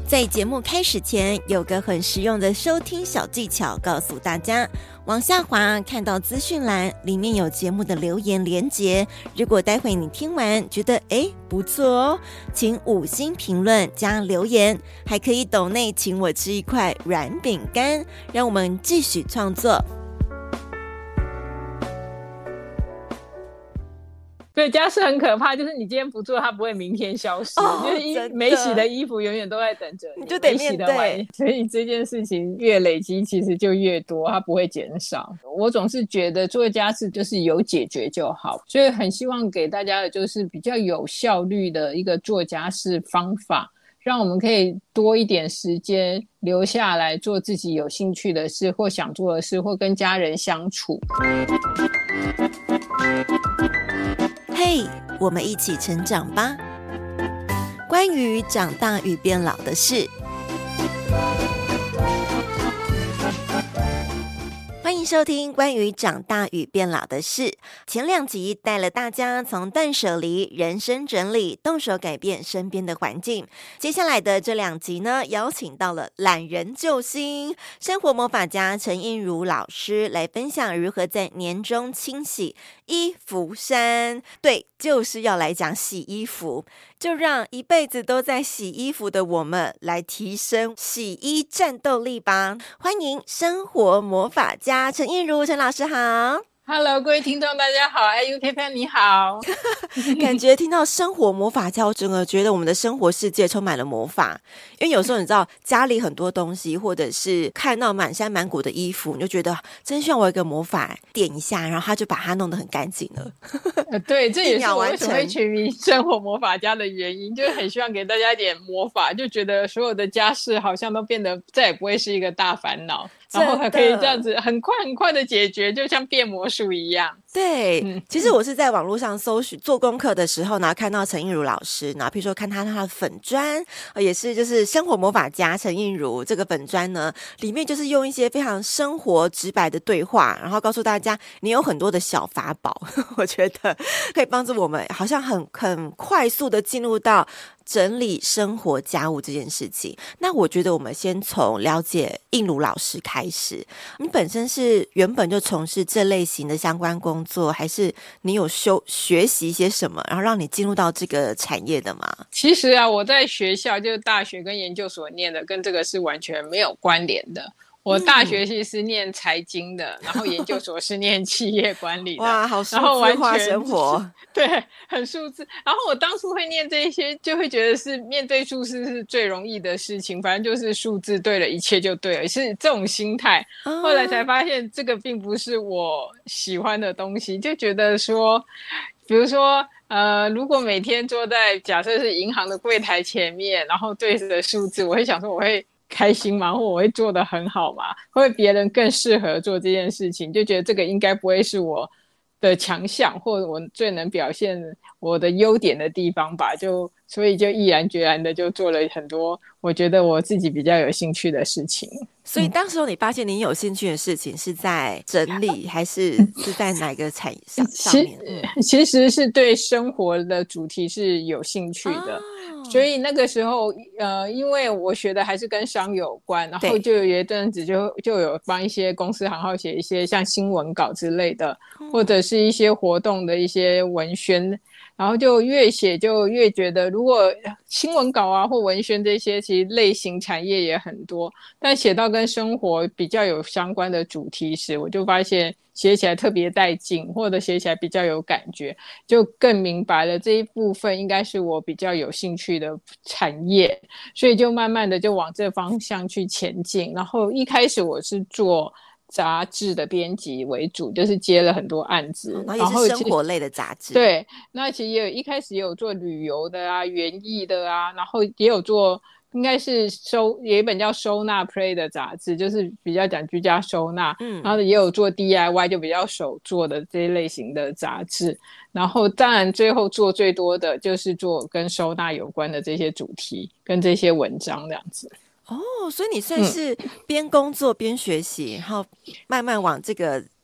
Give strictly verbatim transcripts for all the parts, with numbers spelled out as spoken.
在节目开始前，有个很实用的收听小技巧告诉大家，往下滑看到资讯栏，里面有节目的留言连结，如果待会你听完觉得诶不错哦，请五星评论加留言，还可以抖内请我吃一块软饼干，让我们继续创作。 对，家事很可怕，就是你今天不做它不会明天消失， 哦、 就是衣没洗的衣服永远都在等着你， 你就得面对， 所以这件事情越累积其实就越多，它不会减少。我总是觉得做家事就是有解决就好，所以很希望给大家的就是比较有效率的一个做家事方法，让我们可以多一点时间留下来做自己有兴趣的事或想做的事，或跟家人相处。 嘿、hey, 我们一起成长吧，关于长大与变老的事。欢迎收听关于长大与变老的事。前两集带了大家从断舍离、人生整理，动手改变身边的环境。接下来的这两集呢，邀请到了懒人救星生活魔法家陈映如老师来分享如何在年终清洗衣服衫。对，就是要来讲洗衣服，就让一辈子都在洗衣服的我们来提升洗衣战斗力吧。欢迎生活魔法家陈映如陈老师好。 Hello， 各位听众大家好 ，U K P 你好。 感觉听到生活魔法家，我整个觉得我们的生活世界充满了魔法。因为有时候你知道家里很多东西，或者是看到满山满谷的衣服，你就觉得真需要我有一个魔法点一下，然后他就把它弄得很干净了。 呃、对，这也是我为什么会取名生活魔法家的原因，就是很希望给大家一点魔法，就觉得所有的家事好像都变得再也不会是一个大烦恼。然后还可以这样子很快很快的解决，就像变魔术一样。 对、嗯、其实我是在网络上搜寻做功课的时候呢，看到陈映如老师，然后譬如说看他他的粉专，也是就是生活魔法家陈映如这个粉专呢，里面就是用一些非常生活直白的对话，然后告诉大家你有很多的小法宝，我觉得可以帮助我们好像很很快速的进入到整理生活家务这件事情。那我觉得我们先从了解映如老师开始，你本身是原本就从事这类型的相关工作，还是你有修学习一些什么，然后让你进入到这个产业的吗？ 其实啊，我在学校就是大学跟研究所念的跟这个是完全没有关联的。我大学其实是念财经的、嗯、然后研究所是念企业管理的。 哇，好数字化生活。 对，很数字。然后我当初会念这些，就会觉得是面对数字是最容易的事情，反正就是数字对了，一切就对了，是这种心态、啊、后来才发现这个并不是我喜欢的东西，就觉得说比如说呃，如果每天坐在假设是银行的柜台前面，然后对着数字，我会想说我会开心吗？或我会做得很好吗？会不会别人更适合做这件事情？就觉得这个应该不会是我的强项，或者我最能表现我的优点的地方吧，就所以就毅然决然的就做了很多我觉得我自己比较有兴趣的事情。 所以当时候你发现你有兴趣的事情是在整理，还是是在哪个产业上上面？ 其, 其实是对生活的主题是有兴趣的、哦、所以那个时候呃，因为我学的还是跟商有关，然后就有一阵子就就有帮一些公司行号写一些像新闻稿之类的、嗯、或者是一些活动的一些文宣，然后就越写就越觉得如果新闻稿啊或文宣这些其实类型产业也很多，但写到跟生活比较有相关的主题时，我就发现写起来特别带劲，或者写起来比较有感觉，就更明白了这一部分应该是我比较有兴趣的产业，所以就慢慢的就往这方向去前进。然后一开始我是做杂志的编辑为主，就是接了很多案子、 哦、然后也是生活类的杂志。 对，那其实也有一开始也有做旅游的啊，园艺的啊，然后也有做应该是收有一本叫收纳 Play 的杂志，就是比较讲居家收纳、嗯、然后也有做 D I Y 就比较手做的这一类型的杂志，然后当然最后做最多的就是做跟收纳有关的这些主题跟这些文章这样子。 哦，所以你算是边工作边学习、嗯、然后慢慢往这个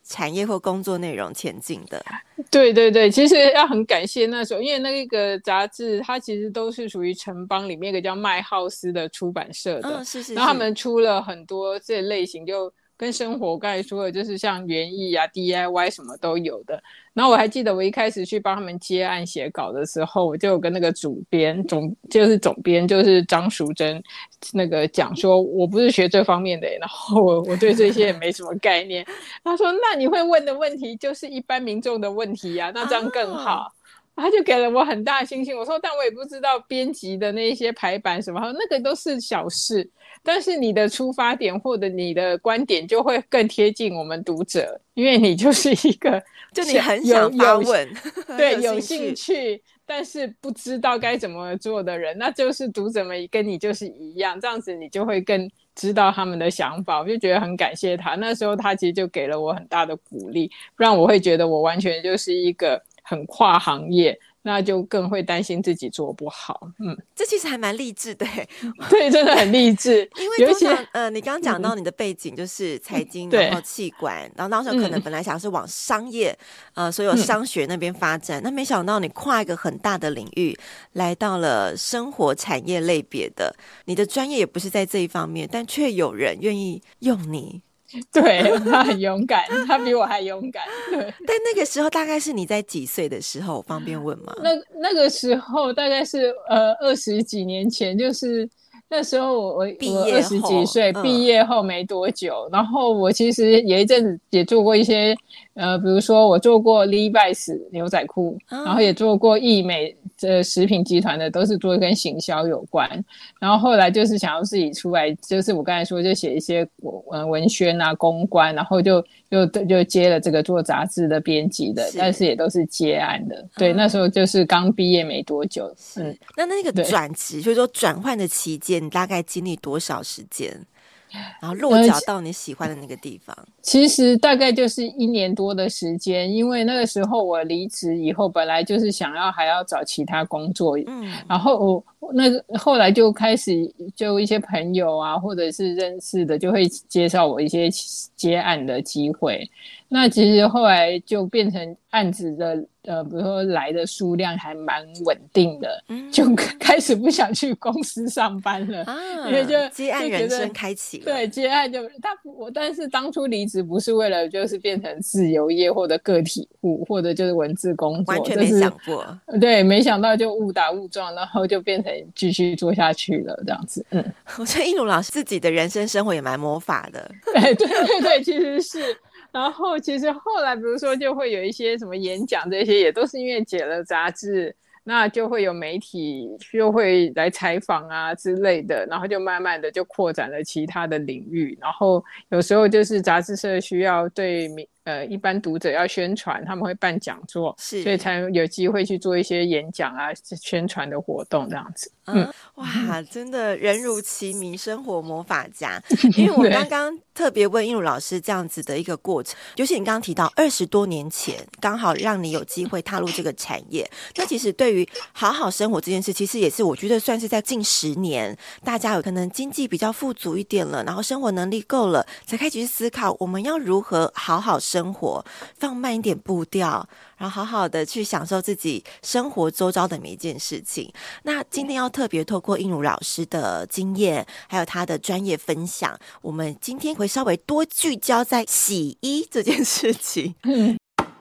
产业或工作内容前进的。 对对对，其实要很感谢那时候，因为那个杂志它其实都是属于城邦里面一个叫麦浩斯的出版社的， 嗯，是是是， 然后他们出了很多这类型，就跟生活我刚才说的，就是像园艺啊 D I Y 什么都有的。然后我还记得我一开始去帮他们接案写稿的时候，我就有跟那个主编总就是总编就是张淑珍那个讲说，我不是学这方面的，然后我我对这些也没什么概念。他说那你会问的问题就是一般民众的问题啊，那这样更好。哦，他就给了我很大的信心。我说但我也不知道编辑的那些排版什么，那个都是小事，但是你的出发点或者你的观点就会更贴近我们读者，因为你就是一个就你很想发问对有兴趣但是不知道该怎么做的人，那就是读者们跟你就是一样，这样子你就会更知道他们的想法。我就觉得很感谢他，那时候他其实就给了我很大的鼓励，不然我会觉得我完全就是一个很跨行业，那就更会担心自己做不好。嗯， 这其实还蛮励志的。 对，真的很励志。 因为通常呃，你刚刚讲到你的背景就是财经，嗯、然后企管，然后当时可能本来想是往商业、嗯、呃所有商学那边发展，那、嗯、没想到你跨一个很大的领域，来到了生活产业类别的，你的专业也不是在这一方面，但却有人愿意用你。 对，他很勇敢，他比我还勇敢。对， 但那个时候大概是你在几岁的时候，方便问吗？ 那那个时候大概是呃二十几年前，就是那时候我我我二十几岁，嗯、毕业后没多久，然后我其实有一阵子也做过一些呃，比如说我做过 Levi's 牛仔裤，嗯、然后也做过益美这食品集团的，都是做跟行销有关。然后后来就是想要自己出来，就是我刚才说就写一些呃文宣啊、公关，然后就就就接了这个做杂志的编辑的，但是也都是接案的。对，嗯、那时候就是刚毕业没多久。 嗯，那那个转职，就是说转换的期间，你大概经历多少时间？然后落脚到你喜欢的那个地方、嗯、 其实大概就是一年多的时间，因为那个时候我离职以后本来就是想要还要找其他工作，嗯，然后我那个后来就开始就一些朋友啊或者是认识的就会介绍我一些接案的机会，那其实后来就变成案子的呃，比如说来的数量还蛮稳定的、嗯、就开始不想去公司上班了、啊、因为就接案人生开启了。 对，接案就他我但是当初离职不是为了就是变成自由业或者个体户或者就是文字工作， 完全没想过、 就是、对，没想到就误打误撞，然后就变成继续做下去了这样子。嗯， 我觉得映如老师自己的人生生活也蛮魔法的。 对对对对，其实是。然后其实后来比如说就会有一些什么演讲，这些也都是因为解了杂志，那就会有媒体就会来采访啊之类的，然后就慢慢的就扩展了其他的领域，然后有时候就是杂志社需要对呃一般读者要宣传，他们会办讲座，是，所以才有机会去做一些演讲啊宣传的活动这样子。 嗯，嗯哇，真的人如其名，生活魔法家。因为我刚刚特别问映如老师这样子的一个过程，尤其你刚刚提到二十多年前刚好让你有机会踏入这个产业，那其实对于好好生活这件事，其实也是我觉得算是在近十年大家有可能经济比较富足一点了，然后生活能力够了，才开始去思考我们要如何好好生活，放慢一点步调，然后好好的去享受自己生活周遭的每一件事情。那今天要特别透过映如老师的经验还有他的专业分享，我们今天会稍微多聚焦在洗衣这件事情。嗯，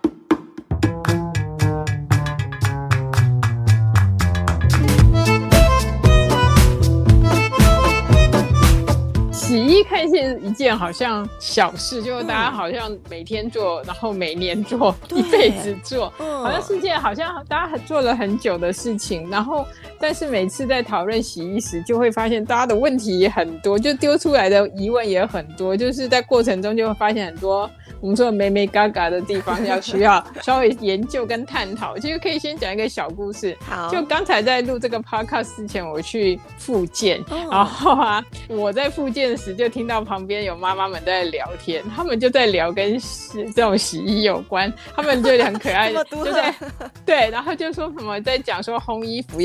洗衣看是一件好像小事，就大家好像每天做，然后每年做，一辈子做，好像是件好像大家做了很久的事情。然后但是每次在讨论洗衣时就会发现大家的问题也很多，就丢出来的疑问也很多，就是在过程中就会发现很多我们说的眉眉嘎嘎的地方要需要稍微研究跟探讨。其实可以先讲一个小故事。好，就刚才在录这个 podcast 之前我去复健、哦、然后啊我在复健时就听到旁边有妈妈们在聊天，他们就在聊跟这种洗衣有关，他们就很可爱就在对，然后就说什么在讲说烘衣服要不要用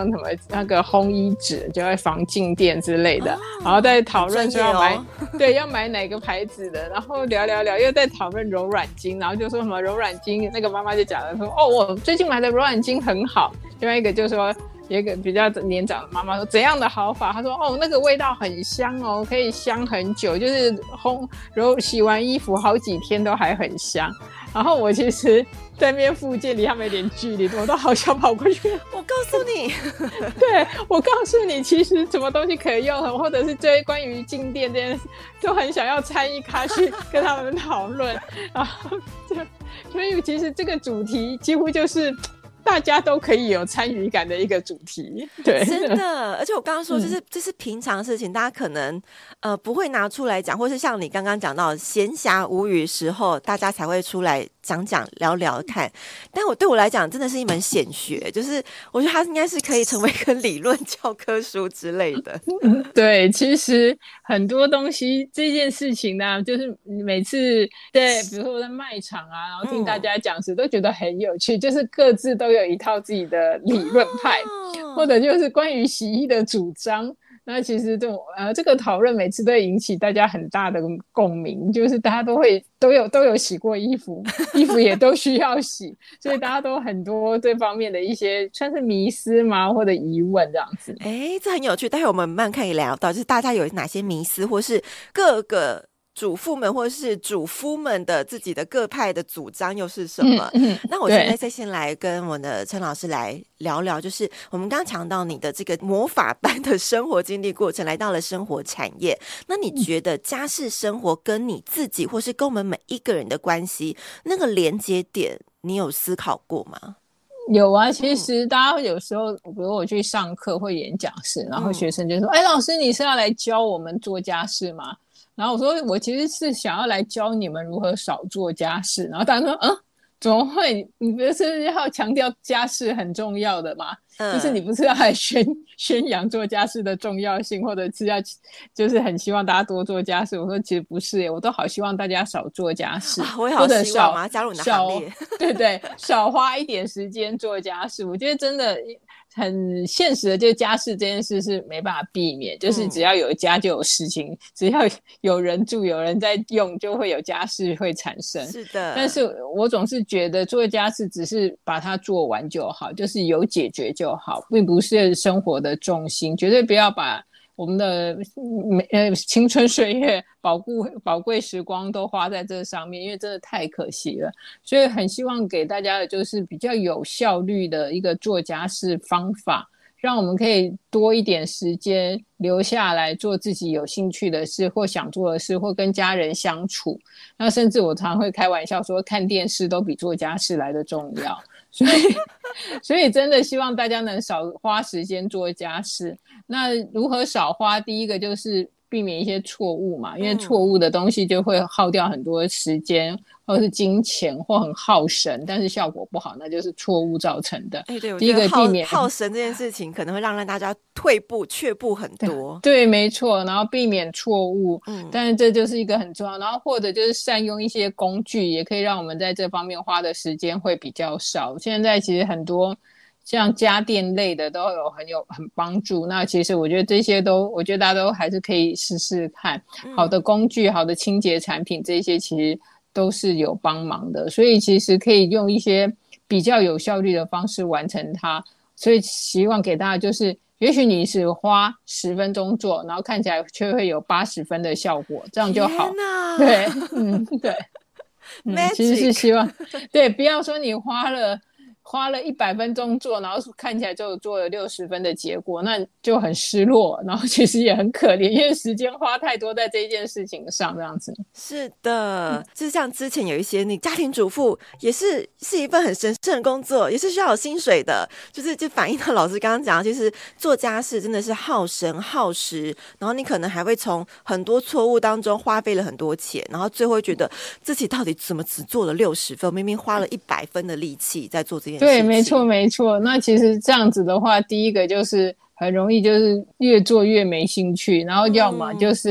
什么那个烘衣纸，就会防静电之类的，哦、然后再讨论说要买、哦、对要买哪个牌子的，然后聊聊聊又在讨论柔软巾，然后就说什么柔软巾，那个妈妈就讲了说哦我最近买的柔软巾很好，另外一个就说有一个比较年长的妈妈说怎样的好法，她说哦那个味道很香哦，可以香很久，就是烘揉洗完衣服好几天都还很香。然后我其实在那边附近离他们有点距离，我都好想跑过去。 我告诉你对，我告诉你其实什么东西可以用，或者是对关于静电这件事就很想要参与咖去跟他们讨论。然后就所以其实这个主题几乎就是大家都可以有参与感的一个主题。对， 真的。而且我刚刚说这是、嗯、这是平常事情，大家可能呃不会拿出来讲，或是像你刚刚讲到闲暇无语时候大家才会出来讲讲聊聊看，但我对我来讲真的是一门显学，就是我觉得它应该是可以成为一个理论教科书之类的。 对，其实很多东西这件事情呢，就是每次在比如说在卖场啊，然后听大家讲时、嗯、都觉得很有趣，就是各自都有一套自己的理论派、哦、或者就是关于洗衣的主张，那其实这种呃这个讨论每次都会引起大家很大的共鸣，就是大家都会都有都有洗过衣服，衣服也都需要洗，所以大家都很多这方面的一些算是迷思嘛或者疑问这样子。 哎，这很有趣，待会我们慢慢可以聊到，就是大家有哪些迷思，或是各个主妇们或是主夫们的自己的各派的主张又是什么、嗯嗯、那我现在再先来跟我的陈老师来聊聊，就是我们刚刚讲到你的这个魔法般的生活经历过程，来到了生活产业，那你觉得家事生活跟你自己或是跟我们每一个人的关系那个连接点你有思考过吗？ 有啊，其实大家有时候比如我去上课或演讲室，然后学生就说哎、嗯，老师你是要来教我们做家事吗？然后我说我其实是想要来教你们如何少做家事，然后大家说嗯，怎么会？你不是要强调家事很重要的吗？嗯、就是你不是要来宣宣扬做家事的重要性，或者是要就是很希望大家多做家事？我说其实不是耶，我都好希望大家少做家事， 啊、我也好希望嘛，加入你的行列， 对对，少花一点时间做家事。我觉得真的很现实的，就是家事这件事是没办法避免，就是只要有家就有事情、嗯、只要有人住有人在用就会有家事会产生。 是的， 但是我总是觉得做家事只是把它做完就好，就是有解决就好，并不是生活的重心，绝对不要把我们的呃青春岁月宝贵宝贵时光都花在这上面，因为真的太可惜了。所以很希望给大家的就是比较有效率的一个做家事方法，让我们可以多一点时间留下来做自己有兴趣的事或想做的事，或跟家人相处。那甚至我常会开玩笑说看电视都比做家事来的重要。所以所以真的希望大家能少花时间做家事。那如何少花？第一个就是避免一些错误嘛，因为错误的东西就会耗掉很多时间或是金钱，或很耗神，但是效果不好，那就是错误造成的。 欸、对， 第一个避免耗神这件事情可能会让让大家退步却步很多。 对，对没错，然后避免错误，嗯，但是这就是一个很重要。然后或者就是善用一些工具，也可以让我们在这方面花的时间会比较少。现在其实很多像家电类的都有很有很帮助，那其实我觉得这些都我觉得大家都还是可以试试看，好的工具、好的清洁产品，这些其实都是有帮忙的，所以其实可以用一些比较有效率的方式完成它。所以希望给大家就是也许你是花十分钟做，然后看起来却会有八十分的效果，这样就好。对，嗯，对，嗯，其实是希望对，不要说你花了花了一百分钟做，然后看起来就做了六十分的结果，那就很失落，然后其实也很可怜，因为时间花太多在这一件事情上，这样子。 是的，嗯、就是像之前有一些你家庭主妇也是是一份很神圣的工作，也是需要有薪水的，就是就反映到老师刚刚讲，其实做家事真的是耗神耗时，然后你可能还会从很多错误当中花费了很多钱，然后最后会觉得自己到底怎么只做了六十分，明明花了一百分的力气在做这件事。 对，没错没错。那其实这样子的话，第一个就是很容易就是越做越没兴趣，然后要么就是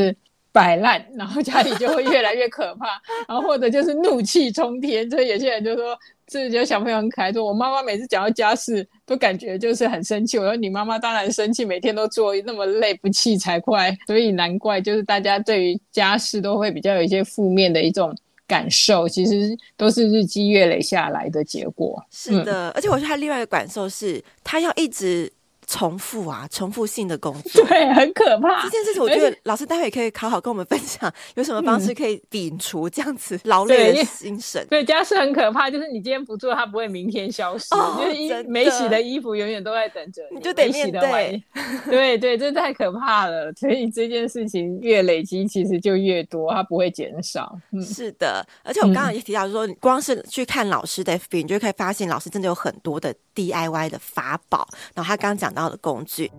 摆烂，然后家里就会越来越可怕，然后或者就是怒气冲天，所以有些人就说，这有小朋友很可爱，说我妈妈每次讲到家事都感觉就是很生气，我说你妈妈当然生气，每天都做那么累，不气才怪，所以难怪就是大家对于家事都会比较有一些负面的一种感受，其实都是日积月累下来的结果。 是的、嗯、而且我觉得他另外一个感受是他要一直重复啊，重复性的工作， 对，很可怕。 这件事情我觉得老师待会可以好好跟我们分享有什么方式可以摒除这样子劳累的精神。 对，家事很可怕，就是你今天不做它不会明天消失、哦、就是衣没洗的衣服永远都在等着 你, 你就得面对。 对对，这太可怕了，所以这件事情越累积其实就越多，它不会减少、 嗯、是的。而且我刚刚也提到说、嗯、光是去看老师的 F B 你就可以发现老师真的有很多的 D I Y 的法宝，然后他刚刚讲到的工具。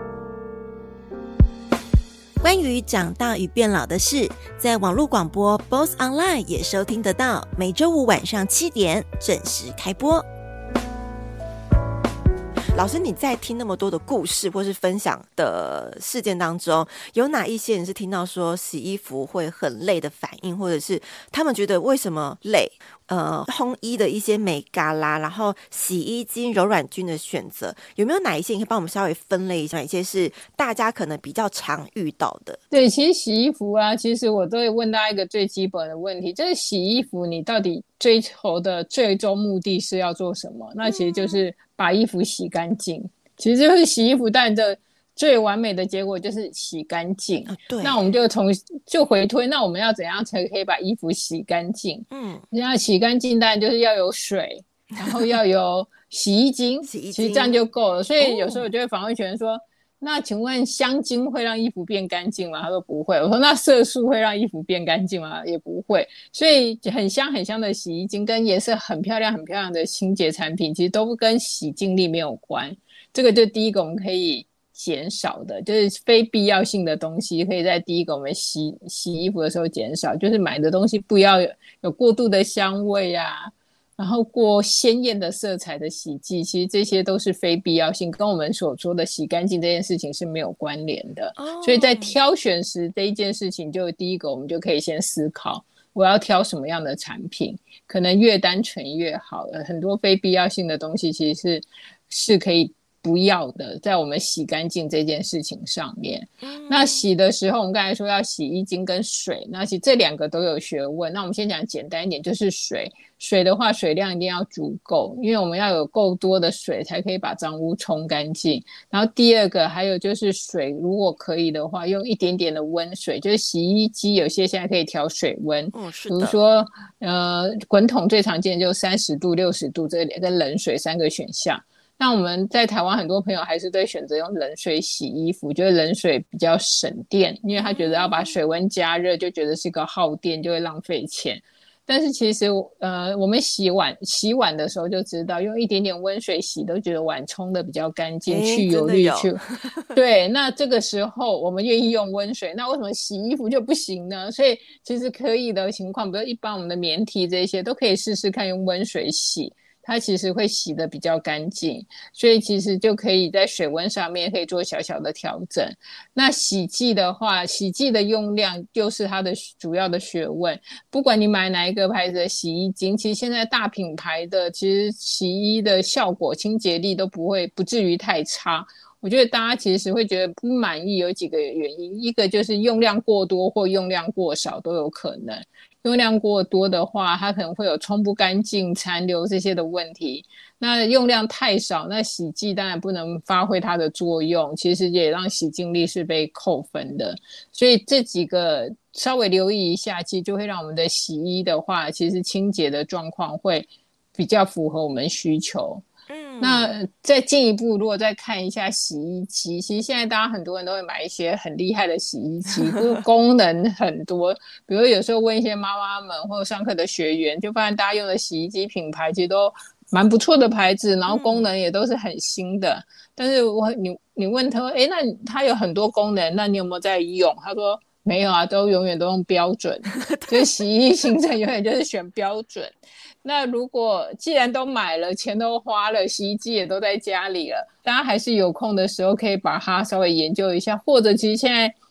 关于长大与变老的事，在网络广播 B O S S Online 也收听得到，每周五晚上七点准时开播。老师，你在听那么多的故事或是分享的事件当中，有哪一些人是听到说洗衣服会很累的反应，或者是他们觉得为什么累？呃，烘衣的一些美嘎啦，然后洗衣精、柔软菌的选择，有没有哪一些你可以帮我们稍微分类一下？哪一些是大家可能比较常遇到的？ 对，其实洗衣服啊，其实我都会问大家一个最基本的问题，就是洗衣服你到底追求的最终目的是要做什么？那其实就是把衣服洗干净。其实就是洗衣服，但的最完美的结果就是洗干净、啊、对，那我们就从就回推，那我们要怎样才可以把衣服洗干净？嗯，要洗干净当然就是要有水，然后要有洗衣精洗衣精其实这样就够了。所以有时候我就会反问学生说、哦、那请问香精会让衣服变干净吗？他说不会。我说那色素会让衣服变干净吗？也不会。所以很香很香的洗衣精跟颜色很漂亮很漂亮的清洁产品其实都跟洗净力没有关，这个就第一个我们可以减少的，就是非必要性的东西可以在第一个我们洗洗衣服的时候减少，就是买的东西不要 有, 有过度的香味啊，然后过鲜艳的色彩的洗剂，其实这些都是非必要性，跟我们所说的洗干净这件事情是没有关联的、oh. 所以在挑选时这一件事情，就第一个我们就可以先思考我要挑什么样的产品，可能越单纯越好了。很多非必要性的东西其实是是可以不要的，在我们洗干净这件事情上面、嗯、那洗的时候我们刚才说要洗衣精跟水，那其实这两个都有学问。那我们先讲简单一点，就是水水的话水量一定要足够，因为我们要有够多的水才可以把脏污冲干净。然后第二个还有就是水如果可以的话用一点点的温水，就是洗衣机有些现在可以调水温、嗯、是的，比如说呃，滚筒最常见就三十度六十度这跟冷水三个选项。那我们在台湾很多朋友还是会选择用冷水洗衣服，觉得冷水比较省电，因为他觉得要把水温加热就觉得是个耗电，就会浪费钱。但是其实呃，我们洗碗洗碗的时候就知道，用一点点温水洗都觉得碗冲的比较干净，去油滤去对，那这个时候我们愿意用温水，那为什么洗衣服就不行呢？所以其实可以的情况，比如一般我们的棉 T 这些都可以试试看用温水洗，它其实会洗得比较干净，所以其实就可以在水温上面可以做小小的调整。那洗剂的话，洗剂的用量就是它的主要的学问，不管你买哪一个牌子的洗衣精，其实现在大品牌的其实洗衣的效果清洁力都不会不至于太差。我觉得大家其实会觉得不满意有几个原因，一个就是用量过多或用量过少都有可能。用量过多的话，它可能会有冲不干净、残留这些的问题。那用量太少，那洗剂当然不能发挥它的作用，其实也让洗净力是被扣分的。所以这几个稍微留意一下，其实就会让我们的洗衣的话，其实清洁的状况会比较符合我们需求。嗯，那再进一步如果再看一下洗衣机，其实现在大家很多人都会买一些很厉害的洗衣机，就是功能很多，比如有时候问一些妈妈们或者上课的学员，就发现大家用的洗衣机品牌其实都蛮不错的牌子，然后功能也都是很新的、嗯、但是我你你问他诶，那它有很多功能，那你有没有在用？他说没有啊，都永远都用标准就是洗衣行程永远就是选标准。那如果既然都买了，钱都花了，洗衣机也都在家里了，大家还是有空的时候可以把它稍微研究一下，或者其实现在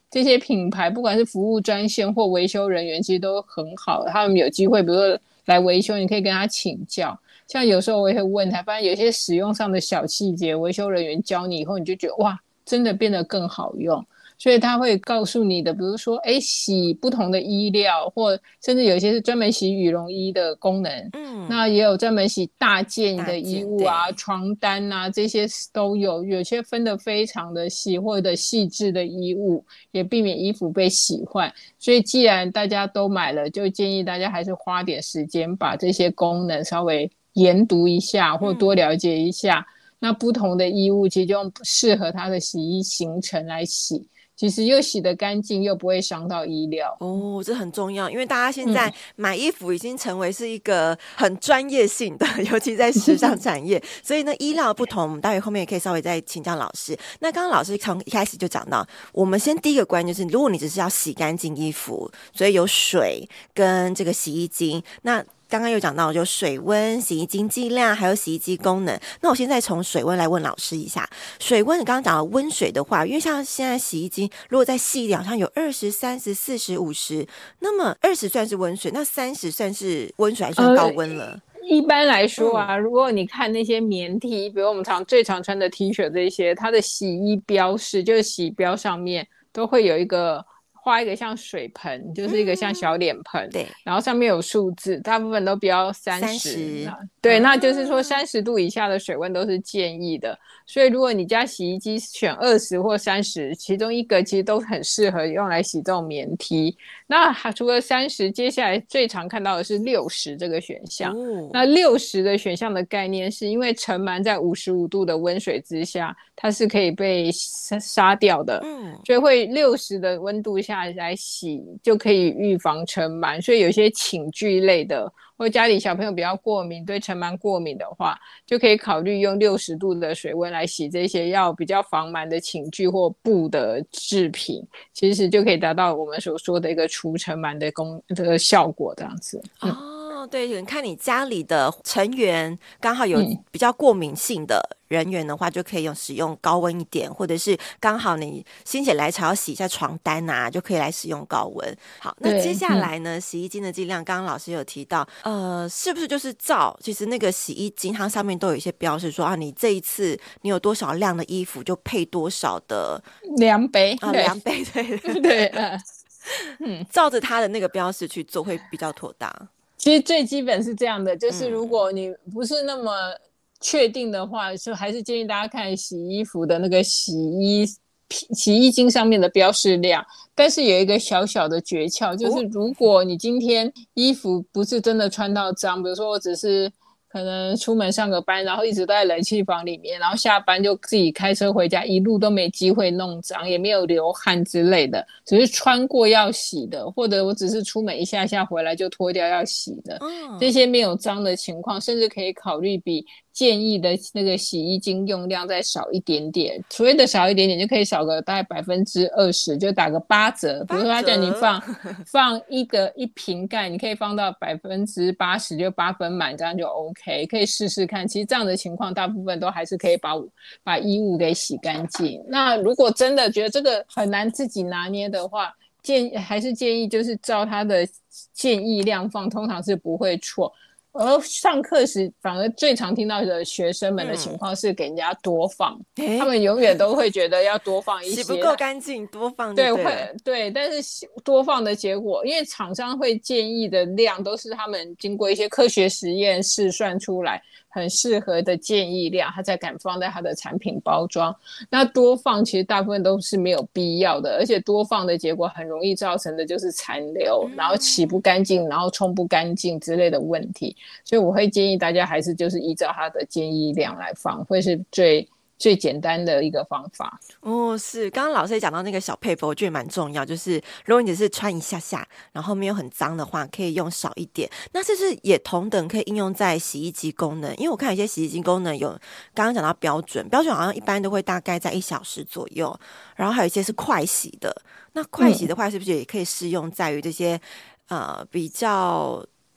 这些品牌不管是服务专线或维修人员其实都很好，他们有机会比如说来维修，你可以跟他请教。像有时候我也会问他，发现有些使用上的小细节，维修人员教你以后，你就觉得哇，真的变得更好用。所以他会告诉你的，比如说哎，洗不同的衣料，或甚至有一些是专门洗羽绒衣的功能，嗯，那也有专门洗大件的衣物啊，床单啊，这些都有，有些分得非常的细，或者细致的衣物，也避免衣服被洗坏。所以既然大家都买了，就建议大家还是花点时间把这些功能稍微研读一下，或多了解一下，嗯，那不同的衣物其实就用适合它的洗衣行程来洗，其实又洗得干净，又不会伤到衣料。 哦，这很重要，因为大家现在买衣服已经成为是一个很专业性的，嗯，尤其在时尚产业，所以呢，衣料不同，我们待会后面也可以稍微再请教老师。那刚刚老师从一开始就讲到，我们先第一个观念就是，如果你只是要洗干净衣服，所以有水跟这个洗衣精，那刚刚有讲到就水温、洗衣精剂量还有洗衣机功能。那我现在从水温来问老师一下，水温你刚刚讲到温水的话，因为像现在洗衣精如果再细一点好像有二十、三十、四十、五十，那么二十算是温水，那三十算是温水还算高温了？呃一般来说啊，如果你看那些棉 T， 比如我们常最常穿的 T 恤这些，它的洗衣标示就是洗标上面都会有一个画一个像水盆，就是一个像小脸盆，嗯，对，然后上面有数字，大部分都标三十，对，那就是说三十度以下的水温都是建议的。所以如果你家洗衣机选二十或三十，其中一个其实都很适合用来洗这种棉 T。那除了三十，接下来最常看到的是六十这个选项。哦，那六十的选项的概念是因为尘螨在五十五度的温水之下，它是可以被杀掉的，嗯，所以会六十的温度下来洗就可以预防尘螨。所以有些寝具类的，或家里小朋友比较过敏，对尘螨过敏的话，就可以考虑用六十度的水温来洗这些要比较防螨的寝具或布的制品，其实就可以达到我们所说的一个除尘螨的功这个效果这样子。 嗯，哦，对，看你家里的成员刚好有比较过敏性的人员的话，就可以用使用高温一点，或者是刚好你心血来潮要洗一下床单啊，就可以来使用高温。好，那接下来呢，洗衣精的剂量，刚刚老师有提到，呃，是不是就是照其实那个洗衣精它上面都有一些标示说啊，你这一次你有多少量的衣服就配多少的量杯啊，量杯，对对对，嗯嗯，照着它的那个标示去做会比较妥当。 其实最基本是这样的，就是如果你不是那么确定的话，就还是建议大家看洗衣服的那个洗衣洗衣精上面的标示量。但是有一个小小的诀窍，就是如果你今天衣服不是真的穿到脏，比如说我只是可能出门上个班，然后一直都在冷气房里面，然后下班就自己开车回家，一路都没机会弄脏，也没有流汗之类的，只是穿过要洗的，或者我只是出门一下下回来就脱掉要洗的，嗯，这些没有脏的情况，甚至可以考虑比建议的那个洗衣精用量再少一点点。所谓的少一点点，就可以少个大概百分之二十，就打个八折。比如说他叫你放放一个一瓶盖，你可以放到百分之八十，就八分满，这样就 OK， 可以试试看。其实这样的情况，大部分都还是可以把把衣物给洗干净。那如果真的觉得这个很难自己拿捏的话，建还是建议就是照他的建议量放，通常是不会错。而上课时反而最常听到的学生们的情况是给人家多放，嗯，他们永远都会觉得要多放一些， 洗不够干净多放就对了，对会对，但是多放的结果，因为厂商会建议的量都是他们经过一些科学实验试算出来很适合的建议量，他才敢放在他的产品包装。那多放其实大部分都是没有必要的，而且多放的结果很容易造成的就是残留，嗯，然后洗不干净，然后冲不干净之类的问题。所以我会建议大家还是就是依照他的建议量来放，会是最最简单的一个方法。 哦，是刚刚老师也讲到那个小配方，我觉得蛮重要，就是如果你只是穿一下下然后没有很脏的话，可以用少一点。那这是也同等可以应用在洗衣机功能，因为我看有些洗衣机功能有刚刚讲到标准标准好像一般都会大概在一小时左右，然后还有一些是快洗的。那快洗的话是不是也可以适用在于这些、嗯、呃比较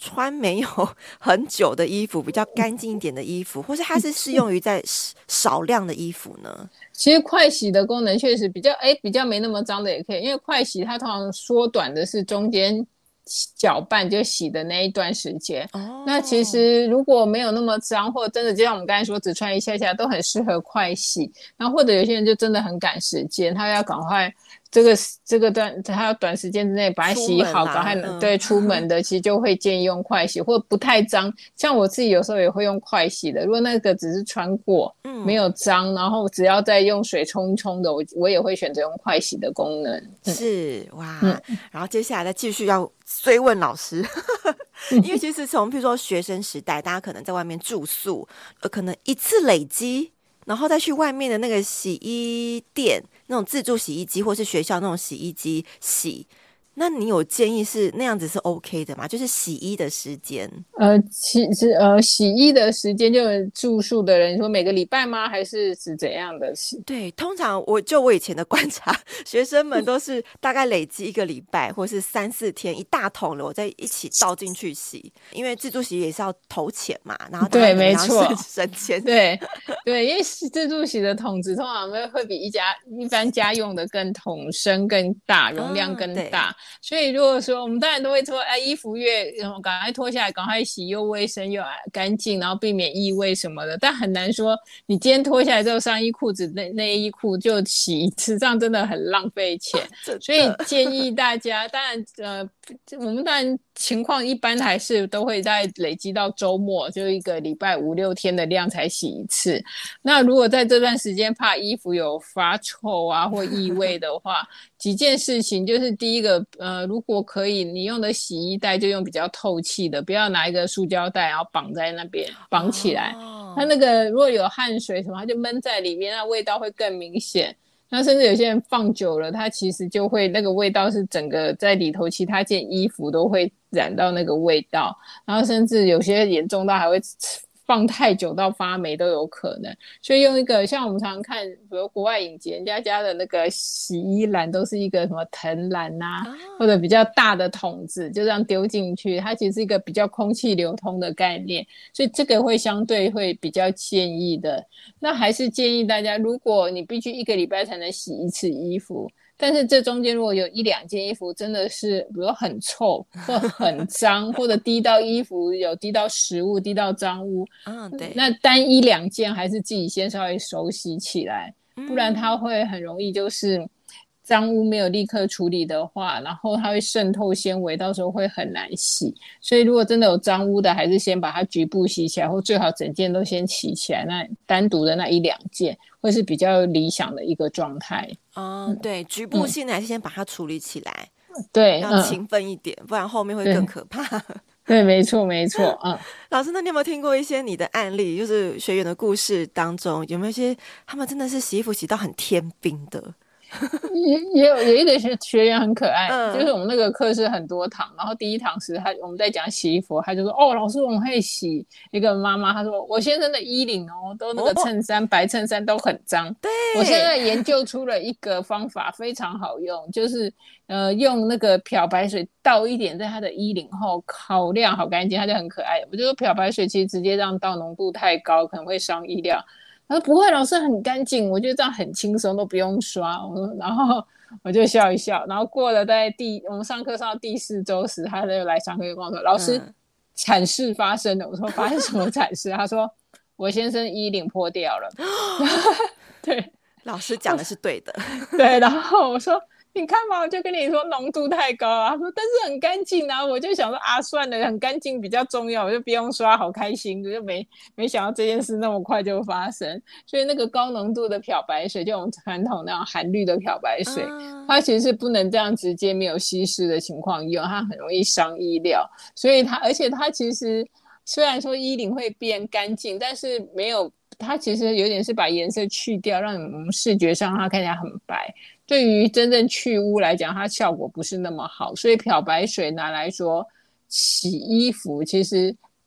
穿没有很久的衣服，比较干净一点的衣服，或是它是适用于在少量的衣服呢？ 其实快洗的功能确实比较哎比较没那么脏的也可以，因为快洗它通常缩短的是中间搅拌就洗的那一段时间。哦，那其实如果没有那么脏，或者真的就像我们刚才说只穿一下下，都很适合快洗。然后或者有些人就真的很赶时间，他要赶快这个这个段他要短时间之内把它洗好，赶快、嗯、对出门的，其实就会建议用快洗，或者不太脏。像我自己有时候也会用快洗的，如果那个只是穿过、嗯、没有脏，然后只要再用水冲一冲的，我我也会选择用快洗的功能。 嗯、是哇、嗯，然后接下来再继续要追问老师因为其实从譬如说学生时代，大家可能在外面住宿，呃，可能一次累积，然后再去外面的那个洗衣店那种自助洗衣机，或是学校那种洗衣机洗，那你有建议是那样子是 OK 的吗？就是洗衣的时间呃，其实呃，洗衣的时间就是住宿的人说每个礼拜吗？还是是怎样的洗？ 对，通常我就我以前的观察，学生们都是大概累积一个礼拜或是三四天一大桶了，我再一起倒进去洗，因为自助洗也是要投钱嘛，然后对，没错， 省钱， 对对，因为自助洗的桶子通常会比一家一般家用的更桶身更大，容量更大，哦、所以如果说我们当然都会说，哎，衣服越赶快脱下来，赶快洗，又卫生又干净，然后避免异味什么的。但很难说，你今天脱下来之后，上衣、裤子、内内衣裤就洗一次，这样真的很浪费钱。所以建议大家，当然呃，我们当然情况一般还是都会在累积到周末，就一个礼拜五六天的量才洗一次。那如果在这段时间怕衣服有发臭啊或异味的话，几件事情就是第一个，呃，如果可以，你用的洗衣袋就用比较透气的，不要拿一个塑胶袋然后绑在那边绑起来。哦、它那个如果有汗水什么，它就闷在里面，那味道会更明显。那甚至有些人放久了，它其实就会那个味道是整个在里头其他件衣服都会染到那个味道，然后甚至有些严重到还会放太久到发霉都有可能。所以用一个像我们常常看比如国外影集，人家家的那个洗衣篮都是一个什么藤篮啊、哦、或者比较大的桶子，就这样丢进去，它其实是一个比较空气流通的概念，所以这个会相对会比较建议的。那还是建议大家，如果你必须一个礼拜才能洗一次衣服，但是这中间如果有一两件衣服真的是比如很臭或很脏或者滴到衣服有滴到食物滴到脏污、哦、对，那单一两件还是自己先稍微手洗起来，不然它会很容易就是脏污没有立刻处理的话，然后它会渗透纤维，到时候会很难洗。所以如果真的有脏污的，还是先把它局部洗起来，或最好整件都先洗起来，那单独的那一两件会是比较理想的一个状态。 嗯，对，局部性的还是先把它处理起来， 对、嗯， 要勤奋一点、嗯、不然后面会更可怕。 对，没错没错。嗯， 老师，那你有没有听过一些你的案例，就是学员的故事当中，有没有一些他们真的是洗衣服洗到很天兵的？ 也也有有一个学员很可爱、嗯、就是我们那个课是很多堂，然后第一堂时他我们在讲洗衣服，他就说哦，老师我们会洗。一个妈妈她说我先生的衣领哦都那个衬衫、哦、白衬衫都很脏，对，我现在研究出了一个方法非常好用，就是呃用那个漂白水倒一点在他的衣领后，好亮好干净，他就很可爱。我就说漂白水其实直接让倒浓度太高可能会伤衣料，他说不会，老师很干净，我觉得这样很轻松，都不用刷。然后我就笑一笑，然后过了大概第我们上课上到第四周时，他就来上课就跟我说，老师、嗯、惨事发生了。我说发生什么惨事？他说我先生衣领破掉了。对， 老师讲的是对的。 对，然后我说你看嘛，我就跟你说浓度太高啊。他说但是很干净啊。我就想说啊，算了，很干净比较重要，我就不用刷，好开心。我就没没想到这件事那么快就发生。所以那个高浓度的漂白水，就我们传统那种含氯的漂白水、嗯、它其实是不能这样直接没有稀释的情况用，它很容易伤衣料。所以它而且它其实虽然说衣领会变干净，但是没有，它其实有点是把颜色去掉，让我们视觉上它看起来很白。对于真正去污来讲，它效果不是那么好，所以漂白水拿来说洗衣服其实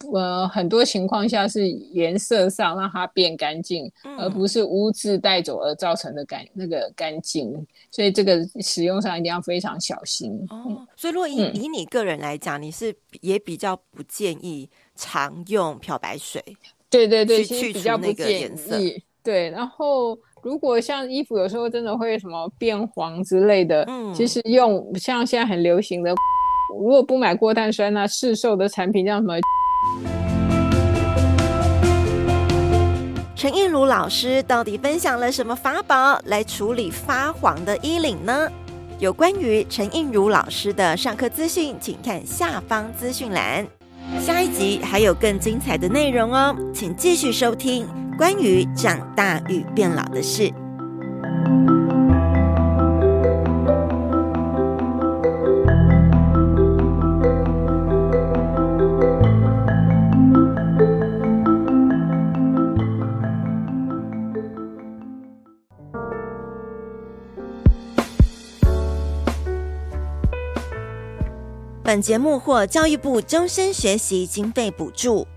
呃很多情况下是颜色上让它变干净，嗯、而不是污渍带走而造成的干那个干净，所以这个使用上一定要非常小心。 哦，所以如果以、嗯、以你个人来讲，你是也比较不建议常用漂白水？ 对对对， 去比较不建议。对，然后如果像衣服有时候真的会什么变黄之类的，嗯，其实用像现在很流行的，如果不买过碳酸钠市售的产品，像什么陈映如老师到底分享了什么法宝来处理发黄的衣领呢？有关于陈映如老师的上课资讯，请看下方资讯栏。下一集还有更精彩的内容哦，请继续收听关于长大与变老的事。本节目获教育部终身学习经费补助。